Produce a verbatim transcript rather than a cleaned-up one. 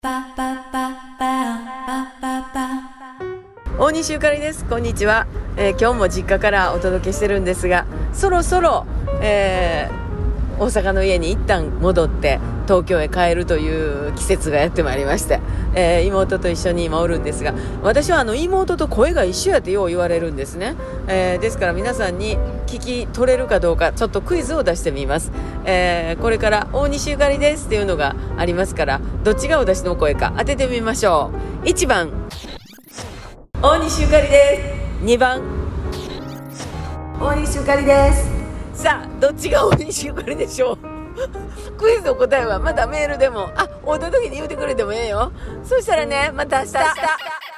パパパパパパパ大西ゆかりです。こんにちは、えー、今日も実家からお届けしてるんですが、そろそろ、えー、大阪の家に一旦戻って東京へ帰るという季節がやってまいりまして、えー、妹と一緒に今おるんですが、私はあの妹と声が一緒やってよう言われるんですね、えー、ですから皆さんに聞き取れるかどうかちょっとクイズを出してみます、えー、これから大西ゆかりですっていうのがありますから、どっちが私の声か当ててみましょう。いちばん大西ゆかりです。にばん大西ゆかりです。さあどっちが大西ゆかりでしょうクイズの答えはまたメールでもあ会うた時に言うてくれてもええよ。そしたらね、また明日明日